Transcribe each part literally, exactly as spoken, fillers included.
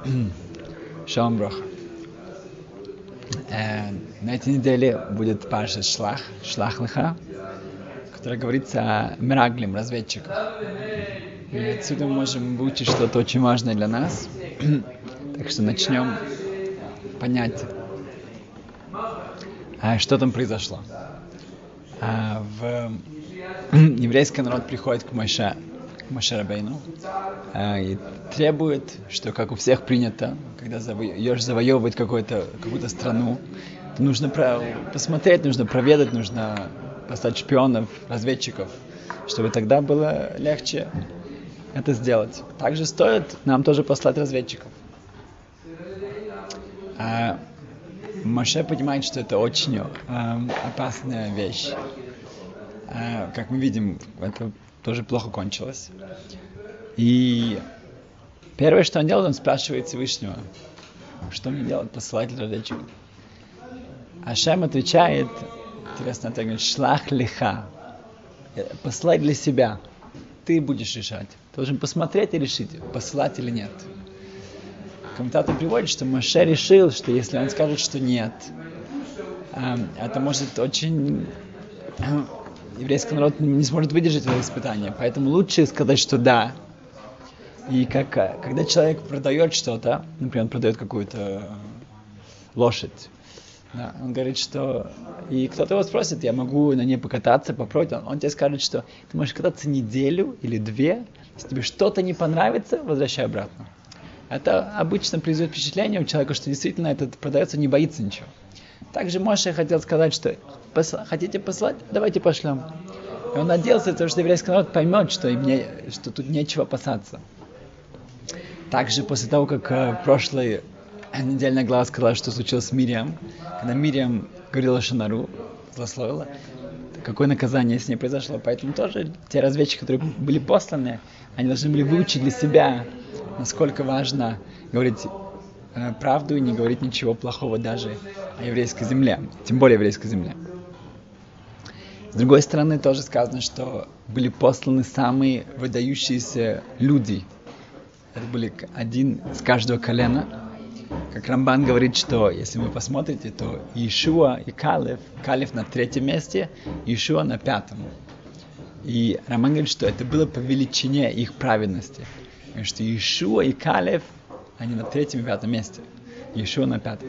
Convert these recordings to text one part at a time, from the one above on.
Шалом броха. Э, на этой неделе будет парша Шлах, Шлах Леха, в которой говорится о мираглим, разведчиках. И отсюда мы можем выучить что-то очень важное для нас. Так что начнем понять, что там произошло. В еврейский народ приходит к Моше, к Моше Рабейну и требует, что, как у всех принято, когда идешь завоевывать какую-то, какую-то страну, то нужно посмотреть, нужно проведать, нужно послать шпионов, разведчиков, чтобы тогда было легче это сделать. Также стоит нам тоже послать разведчиков. А Моше понимает, что это очень э, опасная вещь. А, как мы видим, это тоже плохо кончилось. И первое, что он делает, он спрашивает Всевышнего, что мне делать, посылать разведчиков. Ашем отвечает, интересно, так говорит, шлах леха, посылать для себя. Ты будешь решать. Ты должен посмотреть и решить, посылать или нет. Комментатор приводит, что Моше решил, что если он скажет, что нет, это может очень... еврейский народ не сможет выдержать это испытание. Поэтому лучше сказать, что да. И как, когда человек продает что-то, например, он продает какую-то лошадь, да, он говорит, что... И кто-то его спросит, я могу на ней покататься, попробовать. Он, он тебе скажет, что ты можешь кататься неделю или две. Если тебе что-то не понравится, возвращай обратно. Это обычно производит впечатление у человека, что действительно этот продавец не боится ничего. Также Моше хотел сказать, что посла... хотите послать? Давайте пошлем. И он надеялся, что еврейский народ поймет, что, им не... что тут нечего опасаться. Также после того, как э, прошлой недельная глава сказала, что случилось с Мириам, когда Мириам говорила Шанару, злословила, какое наказание с ней произошло. Поэтому тоже те разведчики, которые были посланы, они должны были выучить для себя, насколько важно говорить э, правду и не говорить ничего плохого даже о еврейской земле, тем более еврейской земле. С другой стороны, тоже сказано, что были посланы самые выдающиеся люди. Это были один с каждого колена. Как Рамбан говорит, что если вы посмотрите, то Иешуа и Калев, Калев на третьем месте, Иешуа на пятом. И Рамбан говорит, что это было по величине их праведности. Потому что Иешуа и Калев, они на третьем и пятом месте. Иешуа на пятом.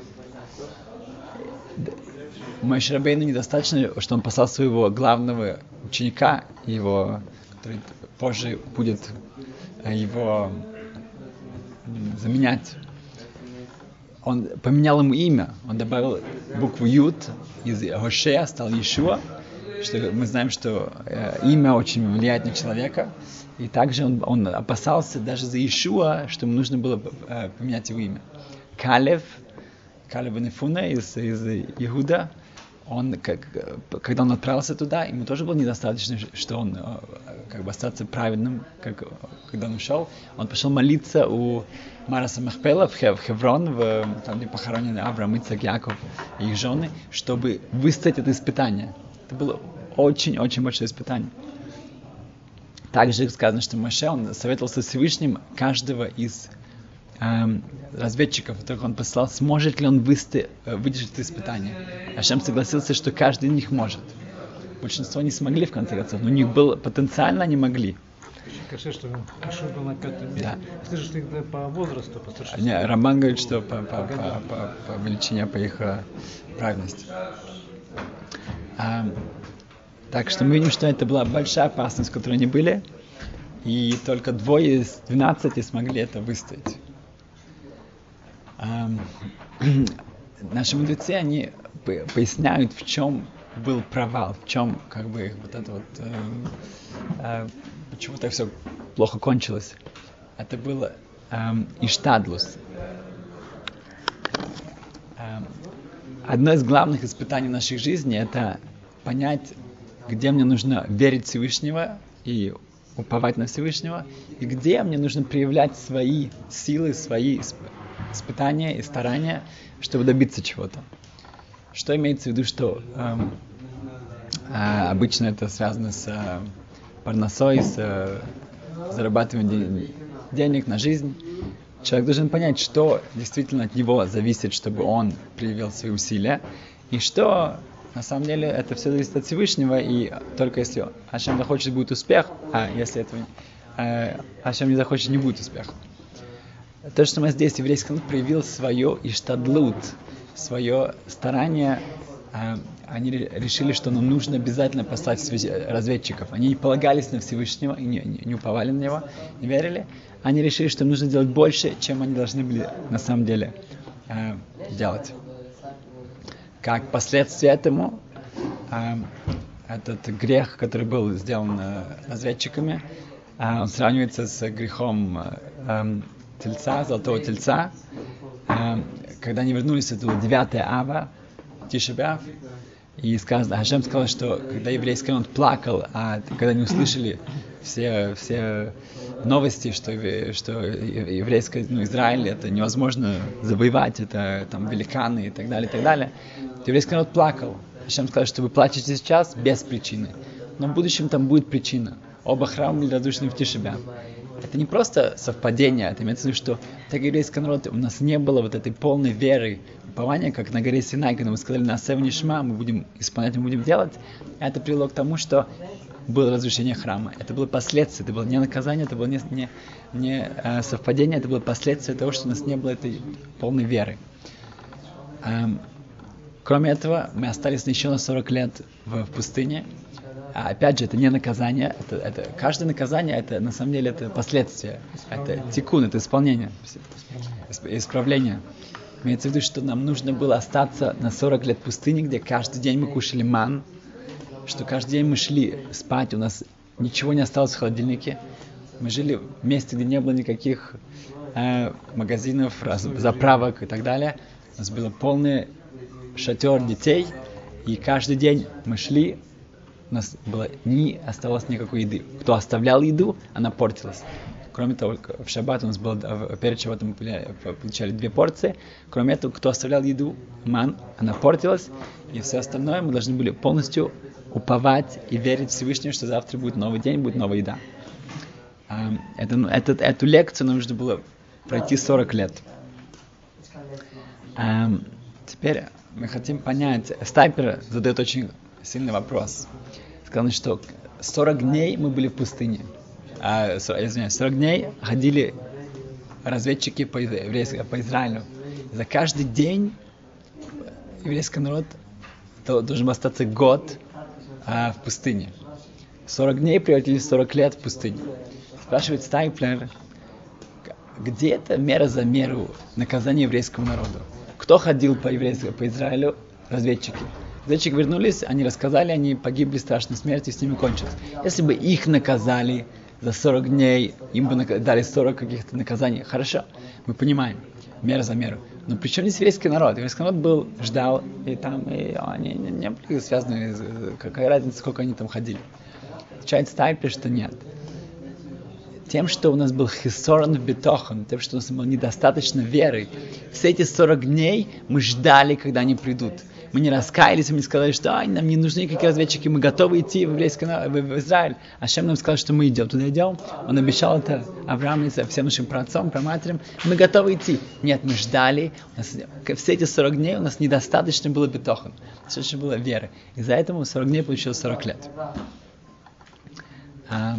Моше Рабейну недостаточно, что он послал своего главного ученика, его, который позже будет его заменять. Он поменял ему имя, он добавил букву Юд, из Гошея стал Иешуа, что мы знаем, что э, имя очень влияет на человека, и также он, он опасался даже за Иешуа, что ему нужно было э, поменять его имя. Калев, Калев бен Ефуне из, из Иуда, он, как, когда он отправился туда, ему тоже было недостаточно, что он как бы остаться праведным, как, когда он ушел. Он пошел молиться у Мараса Махпела в Хеврон, в, там, где похоронены Авраам, Ицхак, Яков и их жены, чтобы выстоять это испытание. Это было очень-очень большое испытание. Также сказано, что Моше, он советовался с Всевышним каждого из эм, разведчиков, которых он послал, сможет ли он высты, выдержать это испытание. Ашем согласился, что каждый из них может. Большинство не смогли, в конце концов, но у них было потенциально, они могли. Скажи, что Иешуа был на пятом месте. Да. Скажи, что тогда по возрасту, по старшему. Не, Рамбан говорит, что по, по, по, по, по, по величине, по их праведности. А, так что мы видим, что это была большая опасность, в которой они были, и только двое из двенадцати смогли это выстоять. А, наши мудрецы, они поясняют, в чем был провал, в чем как бы вот это вот э, э, почему так все плохо кончилось. Это было э, иштадлус. Э, одно из главных испытаний нашей жизни — это понять, где мне нужно верить Всевышнего и уповать на Всевышнего, и где мне нужно проявлять свои силы, свои испытания и старания, чтобы добиться чего-то. Что имеется в виду, что э, э, обычно это связано с э, парносой, с э, зарабатыванием денег на жизнь. человек должен понять, что действительно от него зависит, чтобы он проявил свои усилия, и что на самом деле это все зависит от Всевышнего, и только если Ашем захочет, будет успех, а если этого э, Ашем не захочет, не будет успеха. То, что мы здесь, еврейский народ проявил свое иштадлут, свое старание. Э, они решили, что нам нужно обязательно послать разведчиков. Они не полагались на Всевышнего, и не, не, не уповали на него, не верили. Они решили, что им нужно делать больше, чем они должны были на самом деле э, делать. Как последствие этому, э, этот грех, который был сделан э, разведчиками, э, он сравнивается с грехом э, тельца, золотого тельца. Э, когда они вернулись, это было девятое ава, Тиша б'Ав, и сказано, Ашем сказал, что когда еврейский народ плакал, а когда они услышали все, все новости, что, что еврейское, ну, Израиль, это невозможно завоевать, это там великаны и так далее, и так далее, то еврейский народ плакал. Ашем сказал, что вы плачете сейчас без причины, но в будущем там будет причина. Оба храма были разрушены в Тиша б'Ав. Это не просто совпадение, это имеется в виду, что так еврейский народ, у нас не было вот этой полной веры, упования, как на горе Синай, когда мы сказали на Асев Нишма, мы будем исполнять, мы будем делать. Это привело к тому, что было разрушение храма. Это было последствие, это было не наказание, это было не, не, не э, совпадение, это было последствие того, что у нас не было этой полной веры. Эм, кроме этого, мы остались еще на сорок лет в, в пустыне. А опять же, это не наказание, это, это, каждое наказание, это на самом деле это последствия, это тикун, это исполнение, исправление. Имеется в виду, что нам нужно было остаться на сорок лет в пустыне, где каждый день мы кушали ман, что каждый день мы шли спать, у нас ничего не осталось в холодильнике, мы жили в месте, где не было никаких э, магазинов, раз, заправок и так далее, у нас был полный шатер детей, и каждый день мы шли, у нас было, не оставалось никакой еды. Кто оставлял еду, она портилась. Кроме того, в шаббат у нас было, перед шаббатом мы получали две порции. Кроме этого, кто оставлял еду, ман, она портилась. И все остальное мы должны были полностью уповать и верить Всевышнему, что завтра будет новый день, будет новая еда. Это, это, эту лекцию нам нужно было пройти сорок лет. Теперь мы хотим понять, Стайпер задает очень сильный вопрос. Сказано, что сорок дней мы были в пустыне. А, извиняюсь, сорок дней ходили разведчики по, по Израилю. За каждый день еврейский народ должен был остаться год а, в пустыне. сорок дней превратились в сорок лет в пустыне. Спрашивает Стайплер, где это мера за меру наказания еврейскому народу? Кто ходил по, по Израилю? Разведчики. Разведчики вернулись, они рассказали, они погибли страшной смертью, с ними кончилось. Если бы их наказали за сорок дней, им бы дали сорок каких-то наказаний, хорошо, мы понимаем, мера за меру. Но при чем здесь еврейский народ? Еврейский народ был, ждал, и там и они не, не были связаны, какая разница, сколько они там ходили. Отвечает Стайпер, что нет. Тем, что у нас был хисорон в бетохан, тем, что у нас было недостаточно веры, все эти сорок дней мы ждали, когда они придут. Мы не раскаялись, мы не сказали, что а, нам не нужны никакие разведчики, мы готовы идти в, еврейский, в, в Израиль. Ашем нам сказал, что мы идем, туда идем. Он обещал это Аврааму, всем нашим праотцам, праматерям. Мы готовы идти. Нет, мы ждали. У нас, все эти сорок дней у нас недостаточно было бетохан, достаточно было веры. Из-за этого сорок дней получилось сорок лет. А,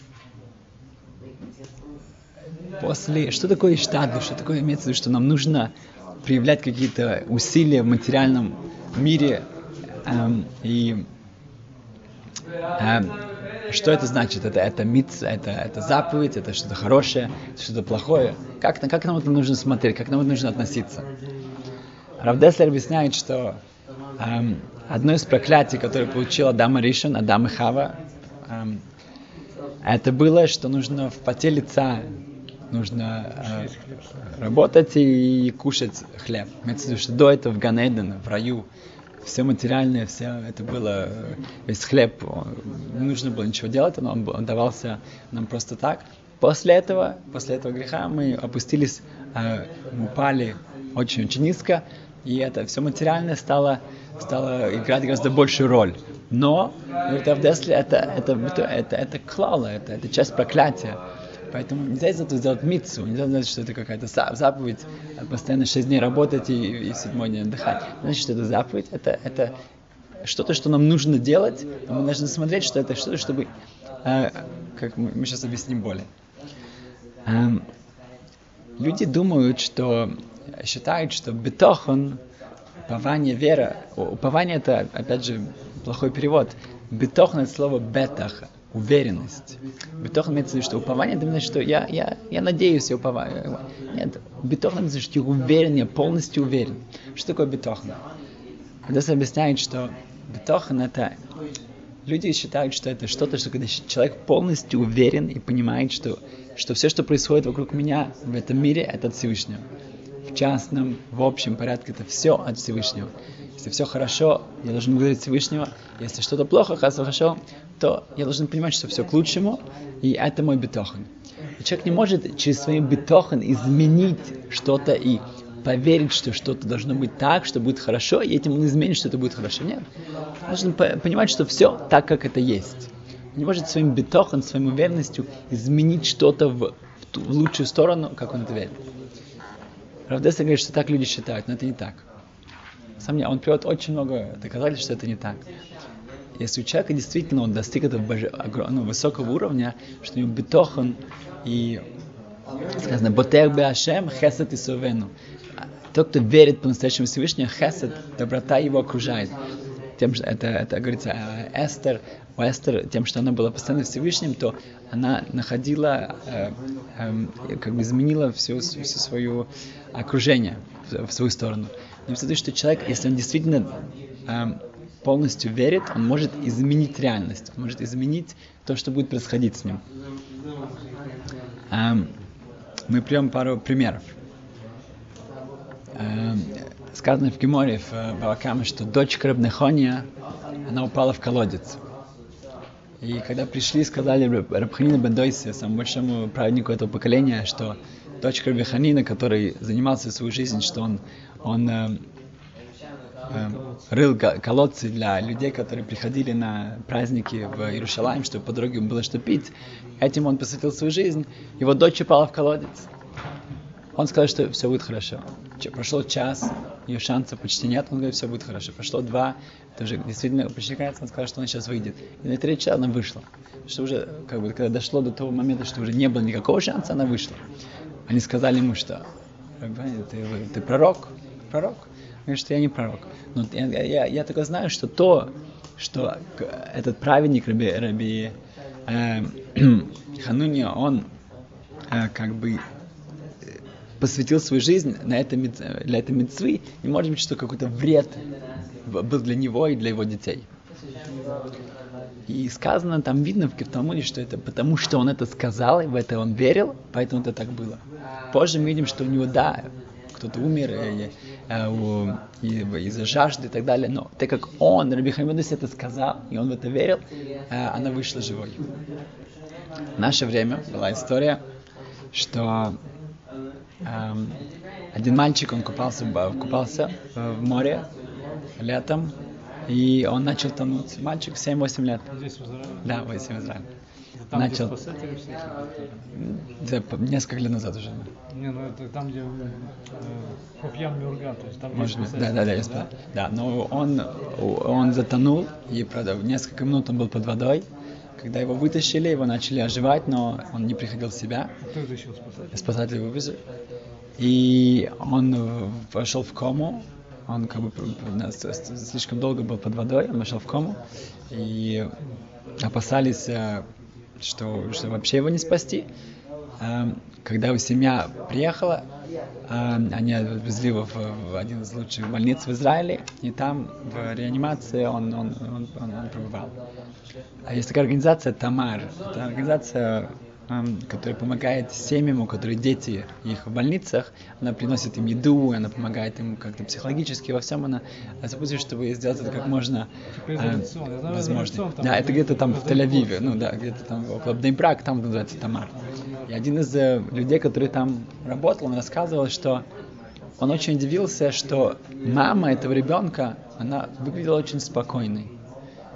после, что такое иштадлут? Что такое имеется в виду, что нам нужно проявлять какие-то усилия в материальном мире, эм, и эм, что это значит? Это, это митцва, это, это заповедь, это что-то хорошее, что-то плохое. Как, как нам это нужно смотреть, как нам это нужно относиться? Рав Деслер объясняет, что эм, одно из проклятий, которое получил Адам Аришон, Адам и Хава, эм, это было, что нужно в поте лица нужно э, работать и кушать хлеб. Имеется в виду, что до этого в Ган-Эден, в раю, все материальное, все это было, весь хлеб, не нужно было ничего делать, он, он давался нам просто так. После этого, после этого греха мы опустились, э, мы упали очень-очень низко, и это все материальное стало, стало играть гораздо большую роль. Но, говорит Рав Деслер, это, это, это, это, это клала, это, это часть проклятия. Поэтому нельзя из этого сделать митцву, нельзя знать, что это какая-то заповедь, постоянно шесть дней работать и, и седьмой день отдыхать. Значит, что это заповедь, это, это что-то, что нам нужно делать, и мы должны смотреть, что это что-то, чтобы, э, как мы, мы сейчас объясним более. Эм, люди думают, что, считают, что бетохон, упование, вера, упование это, опять же, плохой перевод. Бетохон это слово бетах, уверенность. Бетохон имеется в виду, что упование это значит, что я, я, я надеюсь, я уповаю. Нет, бетохон это значит, что я уверен, я полностью уверен. Что такое бетохон? Здесь объясняет, что бетохон это... Люди считают, что это что-то, что когда человек полностью уверен и понимает, что, что все, что происходит вокруг меня в этом мире, это от Всевышнего. В частном, в общем порядке, это все от Всевышнего. Если все хорошо, я должен говорить Всевышнего. Если что-то плохо, хорошо, то я должен понимать, что все к лучшему, и это мой бетохон. И человек не может через свой бетохон изменить что-то и поверить, что что-то должно быть так, что будет хорошо, и этим он изменит, что это будет хорошо. Нет. Он должен понимать, что все так, как это есть. Он не может своим бетохон, своей уверенностью изменить что-то в, в лучшую сторону, как он это верит. Равдеса говорит, что так люди считают, но это не так. Сам он приводит очень много доказательств, что это не так. Если у человека действительно он достиг этого боже, ну, высокого уровня, что у него бетохон и сказано «Ботех беашем хесед и совену». Тот, кто верит по-настоящему Всевышнему, хесед, доброта его окружает. Тем, что это, это говорится Эстер, у Эстер, тем, что она была постоянно Всевышним, то она находила, э, э, как бы изменила все, все свое окружение в, в свою сторону. Но в что человек, если он действительно э, полностью верит, он может изменить реальность, он может изменить то, что будет происходить с ним. Э, мы приведем пару примеров. Э, сказано в Геморе, в Бава Камма, что дочка Рабби Нехония, она упала в колодец. И когда пришли, сказали Рабби Ханина бен Дойсе, самому большому праведнику этого поколения, что дочка Рабби Ханина, который занимался свою жизнь, что он, он э, э, рыл колодцы для людей, которые приходили на праздники в Иерусалим, чтобы по дороге было что пить. Этим он посвятил свою жизнь. Его дочь упала в колодец. Он сказал, что все будет хорошо. Прошел час, ее шансов почти нет, он говорит, все будет хорошо. Прошло два, это уже действительно почти конец, он сказал, что она сейчас выйдет. И на третий час она вышла. Что уже, как бы, когда дошло до того момента, что уже не было никакого шанса, она вышла. Они сказали ему, что ты, ты пророк? Пророк? Он говорит, что я не пророк. Но я, я, я только знаю, что то, что этот праведник Раби, Раби э, Хануния, он э, как бы посвятил свою жизнь на это, для этой мицвы, не может быть, что какой-то вред был для него и для его детей. И сказано, там видно в Талмуде, что это потому, что он это сказал, и в это он верил, поэтому это так было. Позже мы видим, что у него, да, кто-то умер и, и, и, из-за жажды и так далее, но так как он, Рабби Ханина это сказал, и он в это верил, она вышла живой. В наше время была история, что Um, один мальчик, он купался, купался в море летом, и он начал тонуть. Мальчик семь-восемь лет. Здесь в Израиле? Да, восемь в Израиле. Там, начал... где спасатели всякие? Да, несколько лет назад уже. Не, ну это там, где Хофьям Мюрга, то есть там, может быть, спасатели. да, да, да, я да? да, но он, он затонул, и, правда, несколько минут он был под водой. Когда его вытащили, его начали оживать, но он не приходил в себя. Кто вытащил спасателей? Спасатели вывезли. И он вошел в кому. Он как бы слишком долго был под водой, он вошел в кому. И опасались, что, что вообще его не спасти. Когда его семья приехала, они отвезли его в один из лучших больниц в Израиле, и там в реанимации он, он, он, он, он пребывал. А есть такая организация Тамар. Это организация, которая помогает семьям, у которых дети их в больницах. Она приносит им еду, она помогает им как-то психологически, во всем она запустит, чтобы сделать это как можно э, возможно. Да, это где-то там в Тель-Авиве, ну да, где-то там около Бней-Брак, там называется Тамар. И один из э, людей, который там работал, он рассказывал, что он очень удивился, что мама этого ребенка, она выглядела очень спокойной.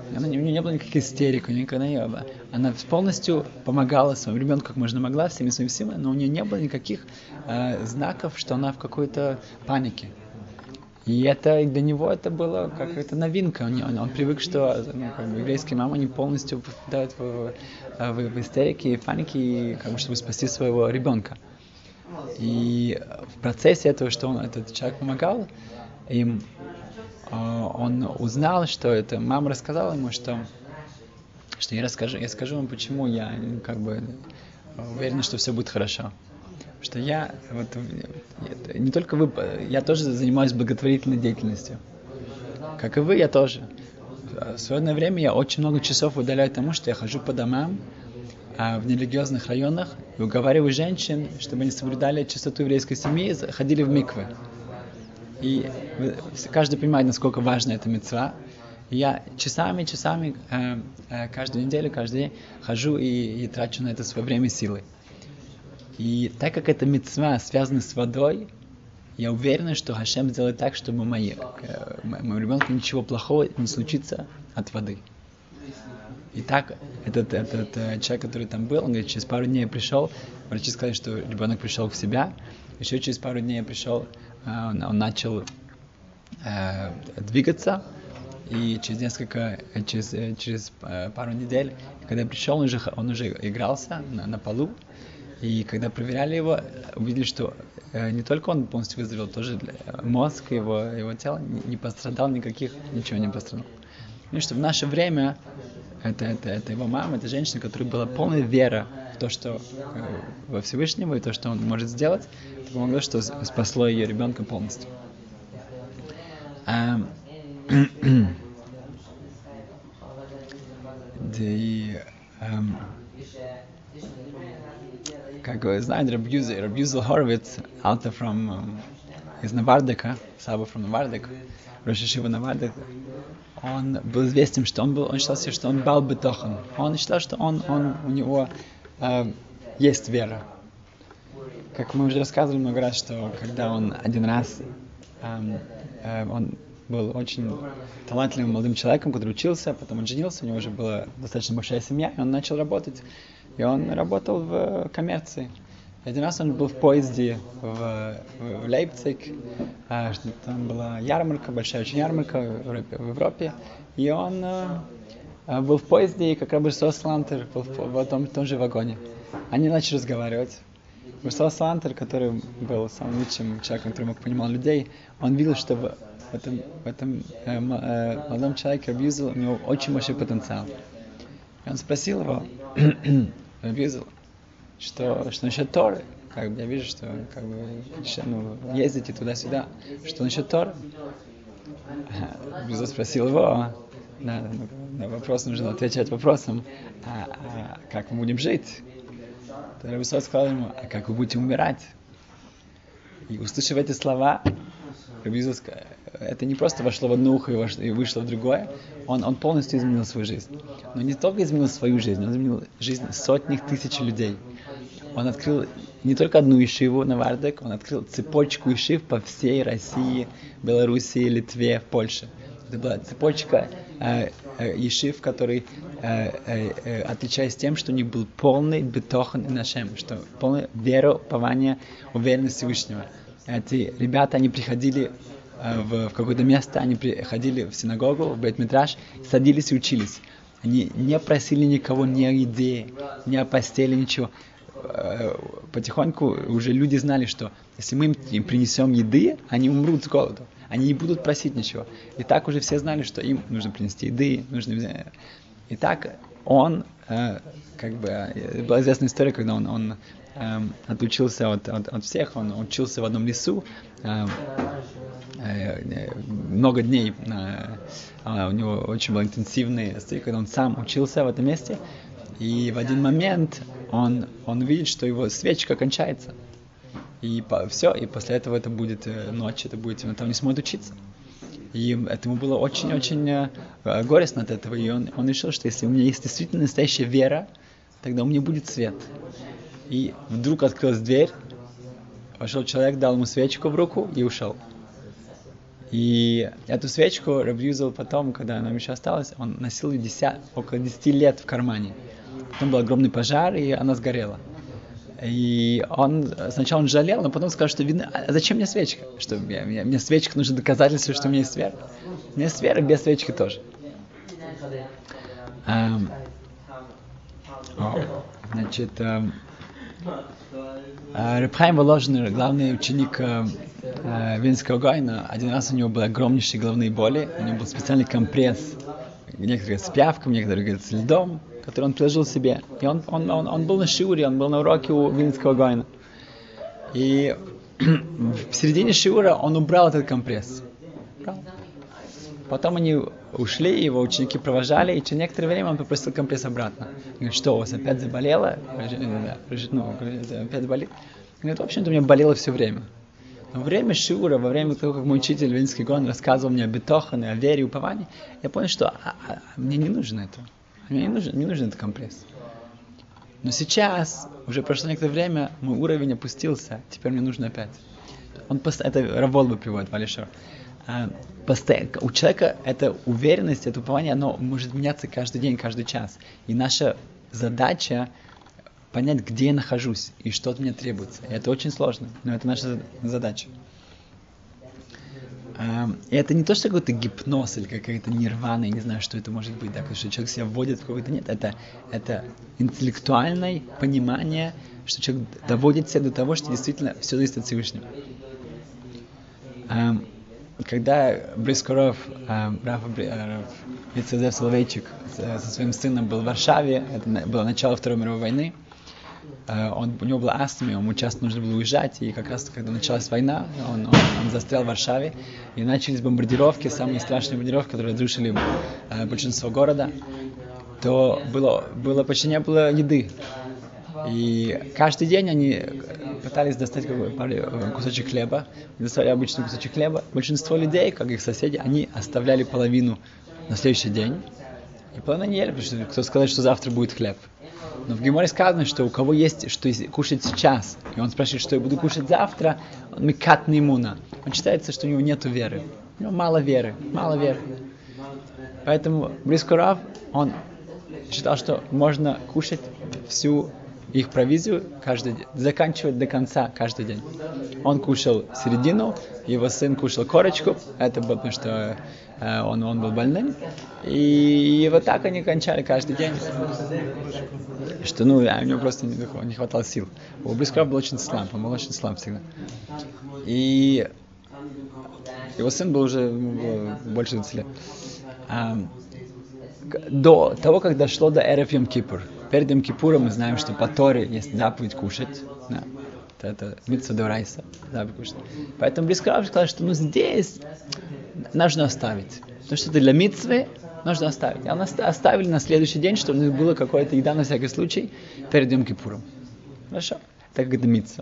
Она, у нее не было никаких истерик, у нее никогда не было. Она полностью помогала своему ребенку как можно могла, всеми своими силами, но у нее не было никаких э, знаков, что она в какой-то панике. И это для него это было какая-то новинка. Он, он, он привык, что ну, как бы, еврейские мамы, они полностью попадают в, в, в истерике и в панике, и, как бы, чтобы спасти своего ребенка. И в процессе этого, что он, этот человек помогал им, он узнал, что это мама рассказала ему, что, что я расскажу, я скажу вам, почему я как бы уверен, что все будет хорошо. Что я, вот, не только вы, я тоже занимаюсь благотворительной деятельностью. Как и вы, я тоже. В свободное время я очень много часов уделяю тому, что я хожу по домам в нерелигиозных районах и уговариваю женщин, чтобы они соблюдали чистоту еврейской семьи, ходили в миквы. И каждый понимает, насколько важна эта мицва. И я часами, часами, э, э, каждую неделю, каждый день хожу и, и трачу на это свое время и силы. И так как эта мицва связана с водой, я уверен, что Хашем сделает так, чтобы мои, э, моему ребенку ничего плохого не случится от воды. И так этот, этот, этот человек, который там был, он говорит, через пару дней я пришел, врачи сказали, что ребенок пришел в себя. Еще через пару дней я пришел, Он, он начал э, двигаться, и через несколько, через, через пару недель, когда я пришел, он уже, он уже игрался на, на полу, и когда проверяли его, увидели, что э, не только он полностью выздоровел, тоже мозг его, его тело не, не пострадал, никаких, ничего не пострадал. Потому что в наше время это, это, это его мама, это женщина, которая была полная вера в то, что э, во Всевышнего и то, что он может сделать, это помогло, что спасло ее ребенка полностью. Um, the, um, как вы знаете, Рабьюзел Рабьюзел Хоровиц, author from um, из Навардека, Саба from Навардек, Рош ха-Йешива Навардек, он был известен, что он был, он считал себе, что он бал бетохан. Он считал, что он, он у него э, есть вера. Как мы уже рассказывали много раз, что когда он один раз, э, э, он был очень талантливым молодым человеком, который учился, потом он женился, у него уже была достаточно большая семья, и он начал работать. И он работал в коммерции. Один раз он был в поезде в, в, в Лейпциг, а, там была ярмарка, большая очень ярмарка в, в Европе, и он а, был в поезде, и как Рабби Слантер был в, в, том, в том же вагоне. Они начали разговаривать. Рабби Слантер, который был самым лучшим человеком, который мог понимать людей, он видел, что в, в этом, в этом э, э, молодом человеке Рабьюзел, у него очень большой потенциал. И он спросил его, Рабьюзел, Что, что насчет Торы? Как бы я вижу, что как бы ну, ездите туда-сюда. Что насчет Торы? Безус спросил его, на, на вопрос нужно отвечать вопросом, а, а как мы будем жить? Тогда Безус сказал ему, а как вы будете умирать? И услышав эти слова, Безус, это не просто вошло в одно ухо и вышло в другое, он, он полностью изменил свою жизнь. Но не только изменил свою жизнь, он изменил жизнь сотни тысяч людей. Он открыл не только одну ешиву на Навардек, он открыл цепочку ешив по всей России, Белоруссии, Литве, Польше. Это была цепочка э, э, ешив, который э, э, отличаясь тем, что у них был полный бетохан и нашем, что полное вероупование, уверенность Всевышнего. Эти ребята, они приходили э, в, в какое-то место, они приходили в синагогу, в бейт-мидраш, садились и учились. Они не просили никого ни о еде, ни о постели, ничего. Потихоньку уже люди знали, что если мы им принесем еды, они умрут с голоду. Они не будут просить ничего. И так уже все знали, что им нужно принести еды, нужно... И так он, э, как бы, была известная история, когда он, он э, отучился от, от, от всех, он учился в одном лесу, э, э, много дней, э, у него очень был интенсивный стрик, когда он сам учился в этом месте, и в один момент он, он видит, что его свечка кончается. И по, все, и после этого это будет э, ночь, это будет, он там не сможет учиться. И этому было очень-очень э, горестно от этого. И он, он решил, что если у меня есть действительно настоящая вера, тогда у меня будет свет. И вдруг открылась дверь, вошел человек, дал ему свечку в руку и ушел. И эту свечку Рав юзал потом, когда она еще осталась, он носил ее десять, около десяти лет в кармане. Потом был огромный пожар, и она сгорела. И он сначала он жалел, но потом сказал, что видно, а зачем мне свечка? Что мне, мне, мне свечка нужно доказательство, что у меня есть вера. У меня есть вера, без свечки тоже. А, значит, а, Реб Хаим Воложен, главный ученик а, Вильнского Гойна, один раз у него были огромнейшие головные боли, у него был специальный компресс, некоторые с пявком, некоторые говорят, с льдом, который он приложил себе. И он, он, он, он был на шиуре, он был на уроке у Вильнского Гойна. И в середине шиура он убрал этот компресс. Убрал. Потом они ушли, его ученики провожали, и через некоторое время он попросил компресс обратно. Он говорит, что, у вас опять заболело? Ну, опять болит? Он говорит, в общем-то, у меня болело все время. Но во время шиура, во время того, как мой учитель Вильнский Гойн рассказывал мне о бетохане, о вере и уповании, я понял, что а, а, мне не нужно это. Мне не нужен, не нужен этот компресс. Но сейчас, уже прошло некоторое время, мой уровень опустился, теперь мне нужно опять. Он пост... Это Рав Волба приводит, Валишер. А, пост... У человека эта уверенность, это упование, оно может меняться каждый день, каждый час. И наша задача понять, где я нахожусь и что от меня требуется. И это очень сложно, но это наша задача. И это не то, что какой-то гипноз или какая-то нирвана, я не знаю, что это может быть, да, что человек себя вводит в какой-то... Нет, это, это интеллектуальное понимание, что человек доводит себя до того, что действительно все зависит от Всевышнего. Когда Брискоров, Раф Ицезев Соловейчик со своим сыном был в Варшаве, это было начало Второй мировой войны, Он, у него была астма, ему часто нужно было уезжать, и как раз когда началась война, он, он, он застрял в Варшаве, и начались бомбардировки, самые страшные бомбардировки, которые разрушили э, большинство города, то было, было, почти не было еды. И каждый день они пытались достать кусочек хлеба, доставали обычный кусочек хлеба. Большинство людей, как их соседи, они оставляли половину на следующий день, и половину не ели, потому что кто сказал, что завтра будет хлеб. Но в Геморе сказано, что у кого есть что кушать сейчас, и он спрашивает, что я буду кушать завтра, он микат неймуна. Он считается, что у него нет веры. У него мало веры, мало веры. Поэтому Брискорав, он считал, что можно кушать всю их провизию каждый день, заканчивать до конца каждый день. Он кушал середину, его сын кушал корочку, это было потому, что э, он, он был больным, и вот так они кончали каждый день. Что, ну, у него просто не, не хватало сил. У Брискорава был очень слаб, он был очень слаб всегда. И его сын был уже было больше двадцати лет. А, до того, как дошло до эрев Йом-Кипур. Перед Йом-Кипуром мы знаем, что по Торе есть заповедь кушать. Да. Это митцва дорайса, заповедь кушать. Поэтому Брискорав сказал, что ну здесь нужно оставить. Потому что это для митцвы нужно оставить. А нас оставили на следующий день, чтобы у них была какая-то еда на всякий случай перед Йом-Кипуром. Хорошо? Так как это митцва.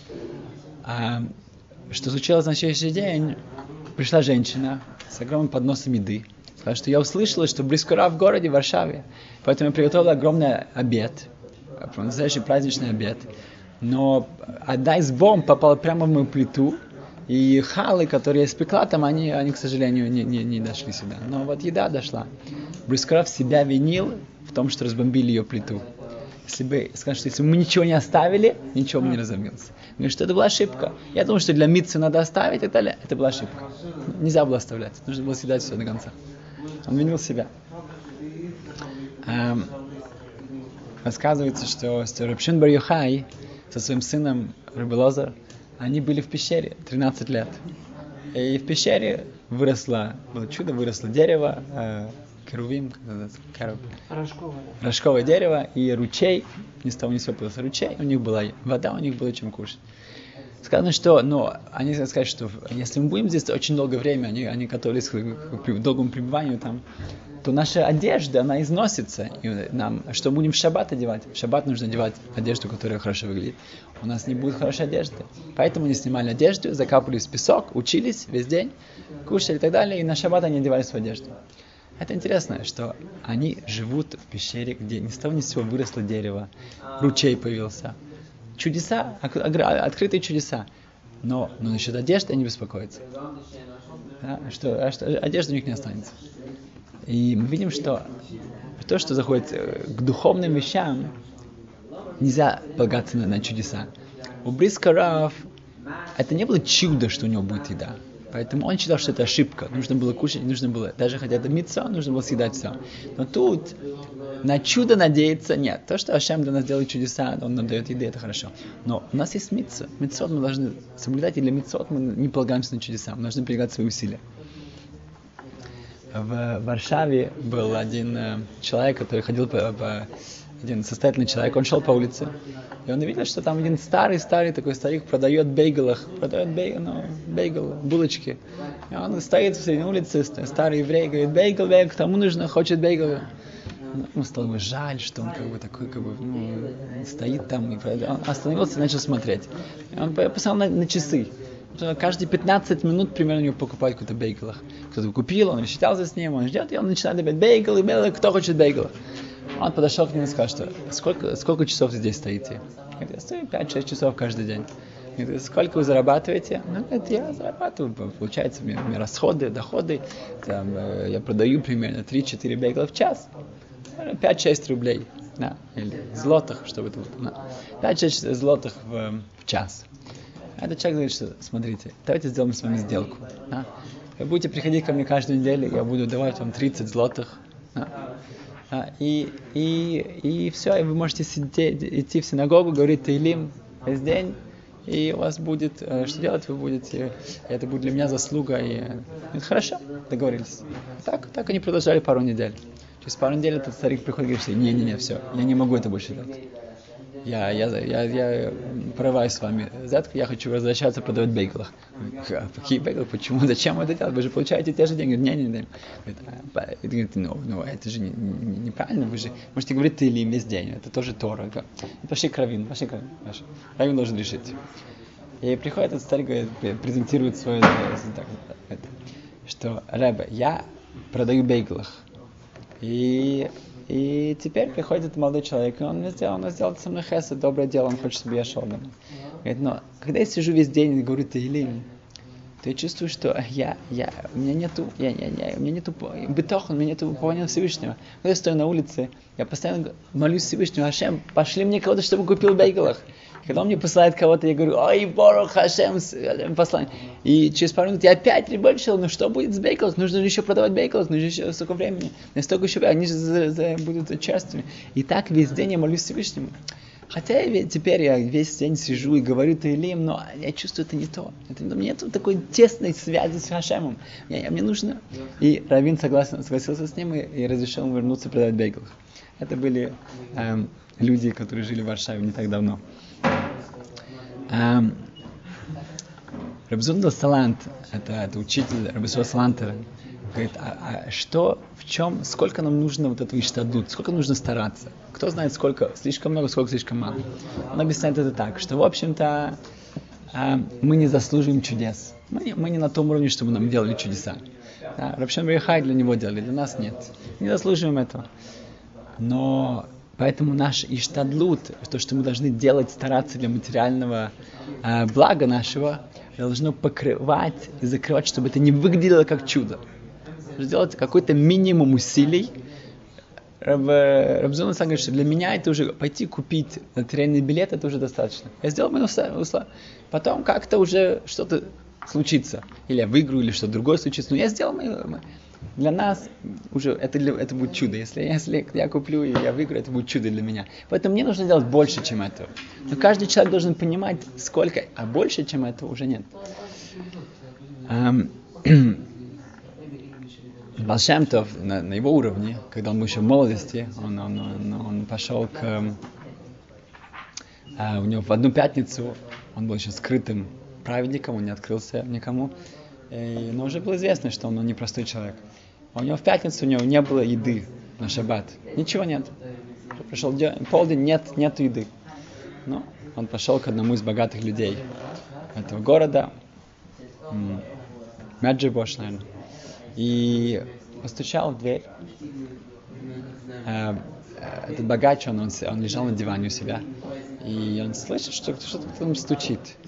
А, что случилось на следующий день? Пришла женщина с огромным подносом еды. Сказала, что я услышала, что Брискорав в городе, в Варшаве. Поэтому я приготовила огромный обед. Настоящий праздничный обед. Но одна из бомб попала прямо в мою плиту. И халы, которые я испекла там, они, они к сожалению, не, не, не дошли сюда. Но вот еда дошла. Брискорав себя винил в том, что разбомбили ее плиту. Если бы, скажем, что если бы мы ничего не оставили, ничего бы не разобрался. Говорит, что это была ошибка. Я думал, что для митцвы надо оставить и так далее. Это была ошибка. Нельзя было оставлять. Нужно было съедать все до конца. Он винил себя. Эм, рассказывается, что, что Рав Шимон бар Йохай со своим сыном Рабби Лозер, они были в пещере тринадцать лет. И в пещере выросло, было чудо, выросло дерево, э, керувим, керув, рожковое. рожковое дерево и ручей, ни с того ни с сего появился ручей, у них была вода, у них было чем кушать. Сказано, что, ну, они сказали, что если мы будем здесь очень долгое время, они, они готовились к, к, к долгому пребыванию там, то наша одежда, она износится. И нам, что будем в шаббат одевать? В шаббат нужно одевать одежду, которая хорошо выглядит. У нас не будет хорошей одежды. Поэтому они снимали одежду, закапывались в песок, учились весь день, кушали и так далее, и на шаббат они одевали свою одежду. Это интересно, что они живут в пещере, где ни с того ни с сего выросло дерево, ручей появился. Чудеса, открытые чудеса. Но, но насчет одежды они беспокоятся. Да? Что, а что, одежда у них не останется. И мы видим, что то, что заходит к духовным вещам, нельзя полагаться на, на чудеса. У Бриска Рав это не было чудо, что у него будет еда. Поэтому он считал, что это ошибка. Нужно было кушать, нужно было, даже хотя это мицва, нужно было съедать все. Но тут на чудо надеяться нет. То, что Ашем для нас делает чудеса, он нам дает еды, это хорошо. Но у нас есть мицва. Мицвот мы должны соблюдать, и для мицвот мы не полагаемся на чудеса. Мы должны прилагать свои усилия. В Варшаве был один э, человек, который ходил по, по... Один состоятельный человек, он шел по улице, и он увидел, что там один старый-старый такой старик продает бейглах, продает бейгл, ну, бейгл, булочки. И он стоит в середине улицы, старый еврей, говорит, бейгл, бейгл, кому нужно, хочет бейгл. Ему стало бы жаль, что он как бы такой, как бы, ну, стоит там, и он остановился и начал смотреть. И он посмотрел на, на часы. Каждые пятнадцать минут примерно у него покупают какой-то бейглах. Кто-то купил, он рассчитался с ним, он ждет, и он начинает опять бейгл, и бейгл, кто хочет бейгл. Он подошел к нему и сказал, что сколько, сколько часов вы здесь стоите? Говорит, я стою пять-шесть часов каждый день. Говорит, сколько вы зарабатываете? Ну, говорит, я зарабатываю, получается, у меня, у меня расходы, доходы, там, я продаю примерно три-четыре бейгла в час. пять-шесть рублей, да, или злотых, чтобы это было. Да. пять-шесть злотых в, в час. Этот человек говорит, что, смотрите, давайте сделаем с вами сделку. Да. Вы будете приходить ко мне каждую неделю, я буду давать вам тридцать злотых. Да. А, и, и, и все, и вы можете сидеть, идти в синагогу, говорить Теилим весь день, и у вас будет, что делать вы будете, это будет для меня заслуга, и говорит, хорошо, договорились. Так, так они продолжали пару недель. Через пару недель этот старик приходит и говорит, не-не-не, все, я не могу это больше делать. Я, я, я, я порываюсь с вами взятку, я хочу возвращаться продавать бейглы. Какие бейглы? Почему? Зачем вы это делаете? Вы же получаете те же деньги. Не-не-не. Говорит, ну, ну, это же не, не, неправильно. Вы же можете говорить ты или весь день. Это тоже Тора. Пошли к раввину. Пошли к раввину. Раввин должен решить. И приходит этот старик, презентирует свое, что Ребе, я продаю бейглах. И И теперь приходит молодой человек, и он мне сделал, он сделал со мной хесед, доброе дело, он хочет, чтобы я шел домой. Говорит, но когда я сижу весь день и говорю Теилим, то я чувствую, что я, я, у меня нету, я, я, я, у меня нету бетох, у меня нету упования Всевышнего. Когда я стою на улице, я постоянно молюсь Всевышнему, Ашем, пошли мне кого-то, чтобы купил бейглах. Когда он мне посылает кого-то, я говорю, ой, Борух, Ашем, послание. И через пару минут я опять ребольшил, ну что будет с бейглах? Нужно ли еще продавать бейглах? Нужно еще столько времени. Настолько еще, они же за, за, будут черствыми. И так весь день я молюсь Всевышнему. Хотя я, теперь я весь день сижу и говорю Теилим, но я чувствую, это не то. Это, у меня нет такой тесной связи с Ашемом. Мне, мне нужно. И раввин согласен, согласился с ним и, и разрешил ему вернуться продавать бейглах. Это были эм, люди, которые жили в Варшаве не так давно. Um, Рабзундал Салант, это, это учитель Рабисуа Салантера, говорит, а, а что, в чем, сколько нам нужно вот этого иштадлут, сколько нужно стараться? Кто знает, сколько, слишком много, сколько слишком мало? Он объясняет это так, что, в общем-то, а, мы не заслуживаем чудес. Мы не, мы не на том уровне, чтобы нам делали чудеса. Да, Рав Шимон бар Йохай для него делали, для нас нет. Не заслуживаем этого. Но поэтому наш иштадлут, то, что мы должны делать, стараться для материального э, блага нашего, должно покрывать и закрывать, чтобы это не выглядело как чудо. Сделать какой-то минимум усилий. Рабзон сам говорит, что для меня это уже пойти купить лотерейный билет, это уже достаточно. Я сделал минус, потом как-то уже что-то случится. Или я выиграю, или что-то другое случится. Но я сделал мою... Для нас уже это, это будет чудо. Если, если я куплю и я выиграю, это будет чудо для меня. Поэтому мне нужно делать больше, чем этого. Но каждый человек должен понимать, сколько, а больше, чем этого, уже нет. Баал Шем Тов на, на его уровне, когда он был еще в молодости, он, он, он, он пошел к... А, у него в одну пятницу, он был еще скрытым праведником, он не открылся никому. И, но уже было известно, что он, он непростой человек. А у него в пятницу у него не было еды на шаббат. Ничего нет. Пришел день, полдень, нет, нет еды. Но он пошел к одному из богатых людей этого города, Меджибош, наверное, и постучал в дверь. Этот богач, он, он, он лежал на диване у себя, и он слышит, что что-то кто-то стучит.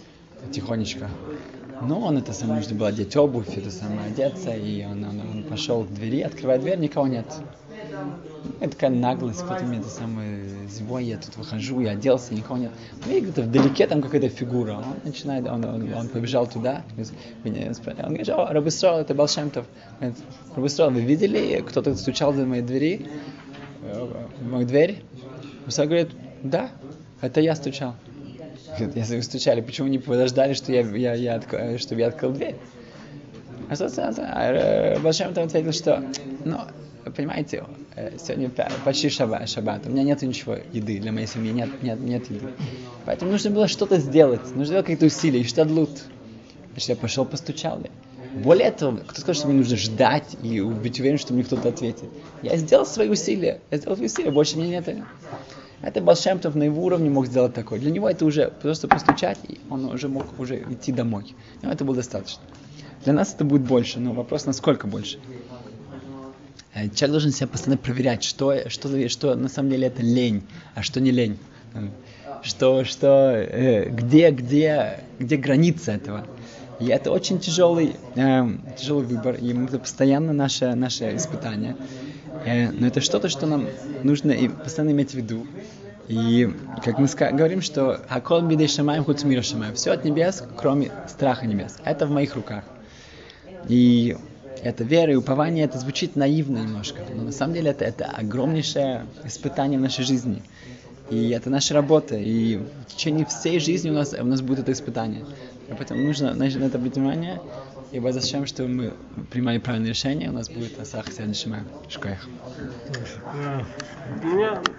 тихонечко. Но он это самое, нужно было одеть обувь, это самое, одеться, и он, он, он пошел к двери, открывает дверь, никого нет. Это такая наглость, кто-то мне это самое, зимой я тут выхожу, я оделся, никого нет. Он видит, где-то вдалеке там какая-то фигура, он начинает, он, он, он побежал туда, он говорит, о, Рав Исроэл, это Баал Шем Тов. Рав Исроэл, вы видели, кто-то стучал за моей двери, в мою дверь? Исроэл говорит, да, это я стучал. Если вы стучали, почему не подождали, что я, я, я, отк... чтобы я открыл дверь? А Баал Шем Тов ответил, что, ну, понимаете, сегодня почти шаббат, шаббат, у меня нет ничего еды, для моей семьи нет, нет, нет еды. Поэтому нужно было что-то сделать, нужно было какие-то усилия, что лут. Значит, я пошел, постучал. Более того, кто сказал, что мне нужно ждать и быть уверен, что мне кто-то ответит. Я сделал свои усилия, я сделал свои усилия, больше мне нет. Это Баал Шем Тов на его уровне мог сделать такое. Для него это уже просто постучать, и он уже мог уже идти домой. Но это было достаточно. Для нас это будет больше, но вопрос, насколько больше. Человек должен себя постоянно проверять, что, что, что на самом деле это лень, а что не лень. Что, что, э, где, где, где граница этого. И это очень тяжелый, э, тяжелый выбор, и это постоянно наше, наше испытание. Э, но это что-то, что нам нужно и постоянно иметь в виду. И как мы ска- говорим, что «Акол бидей шамаим хуц мира шамаим» — все от небес, кроме страха небес. Это в моих руках. И это вера и упование, это звучит наивно немножко, но на самом деле это, это огромнейшее испытание в нашей жизни. И это наша работа, и в течение всей жизни у нас, у нас будет это испытание. И поэтому нужно на это обратить внимание, и возращаем, что мы принимали правильное решение, у нас будет Асах Седнишима Шкоях. У меня